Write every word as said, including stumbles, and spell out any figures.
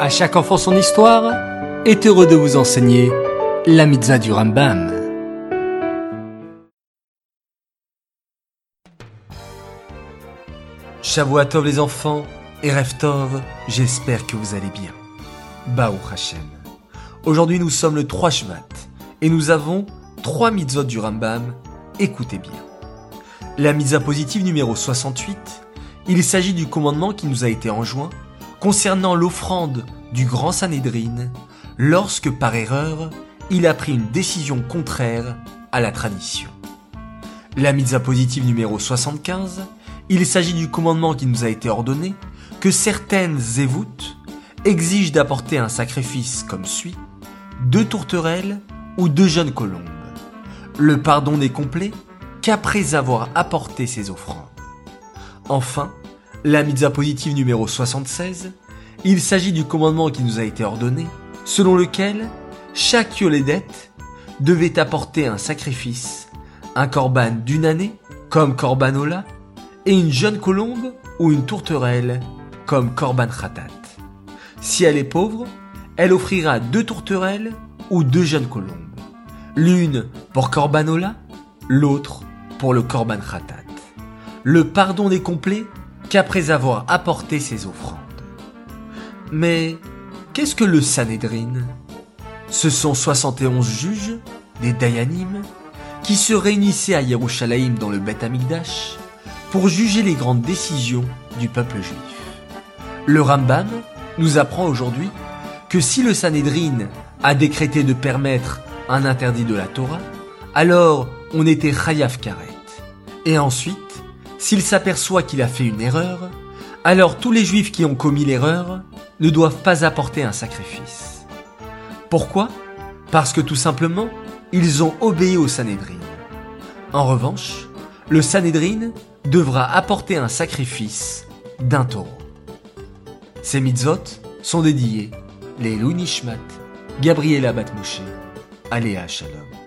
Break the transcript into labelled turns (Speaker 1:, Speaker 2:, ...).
Speaker 1: À chaque enfant son histoire est heureux de vous enseigner la mitzvah du Rambam. Shavua Tov les enfants et Rev Tov, j'espère que vous allez bien. Baruch Hashem. Aujourd'hui nous sommes le trois Shvat et nous avons trois mitzvot du Rambam. Écoutez bien. La mitzvah positive numéro soixante-huit, il s'agit du commandement qui nous a été enjoint concernant l'offrande du grand Sanhédrin lorsque par erreur il a pris une décision contraire à la tradition. La mitzvah positive numéro soixante-quinze, il s'agit du commandement qui nous a été ordonné que certaines zévoutes exigent d'apporter un sacrifice comme suit: deux tourterelles ou deux jeunes colombes. Le pardon n'est complet qu'après avoir apporté ces offrandes. Enfin, la mitzvah positive numéro soixante-seize, il s'agit du commandement qui nous a été ordonné, selon lequel chaque yolédet devait apporter un sacrifice, un korban d'une année, comme korban ola, et une jeune colombe ou une tourterelle, comme korban khatat. Si elle est pauvre, elle offrira deux tourterelles ou deux jeunes colombes, l'une pour korban ola, l'autre pour le korban khatat. Le pardon n'est complet qu'après avoir apporté ses offrandes. Mais qu'est-ce que le Sanhédrin ? Ce sont soixante et onze juges, des Dayanim, qui se réunissaient à Yerushalayim dans le Beth Amikdash pour juger les grandes décisions du peuple juif. Le Rambam nous apprend aujourd'hui que si le Sanhédrin a décrété de permettre un interdit de la Torah, alors on était chayav karet. Et ensuite, s'il s'aperçoit qu'il a fait une erreur, alors tous les juifs qui ont commis l'erreur ne doivent pas apporter un sacrifice. Pourquoi ? Parce que tout simplement, ils ont obéi au Sanhédrin. En revanche, le Sanhédrin devra apporter un sacrifice d'un taureau. Ces mitzvot sont dédiés les Louis Nishmat, Gabriela Bat Moshe, Aléa Shalom.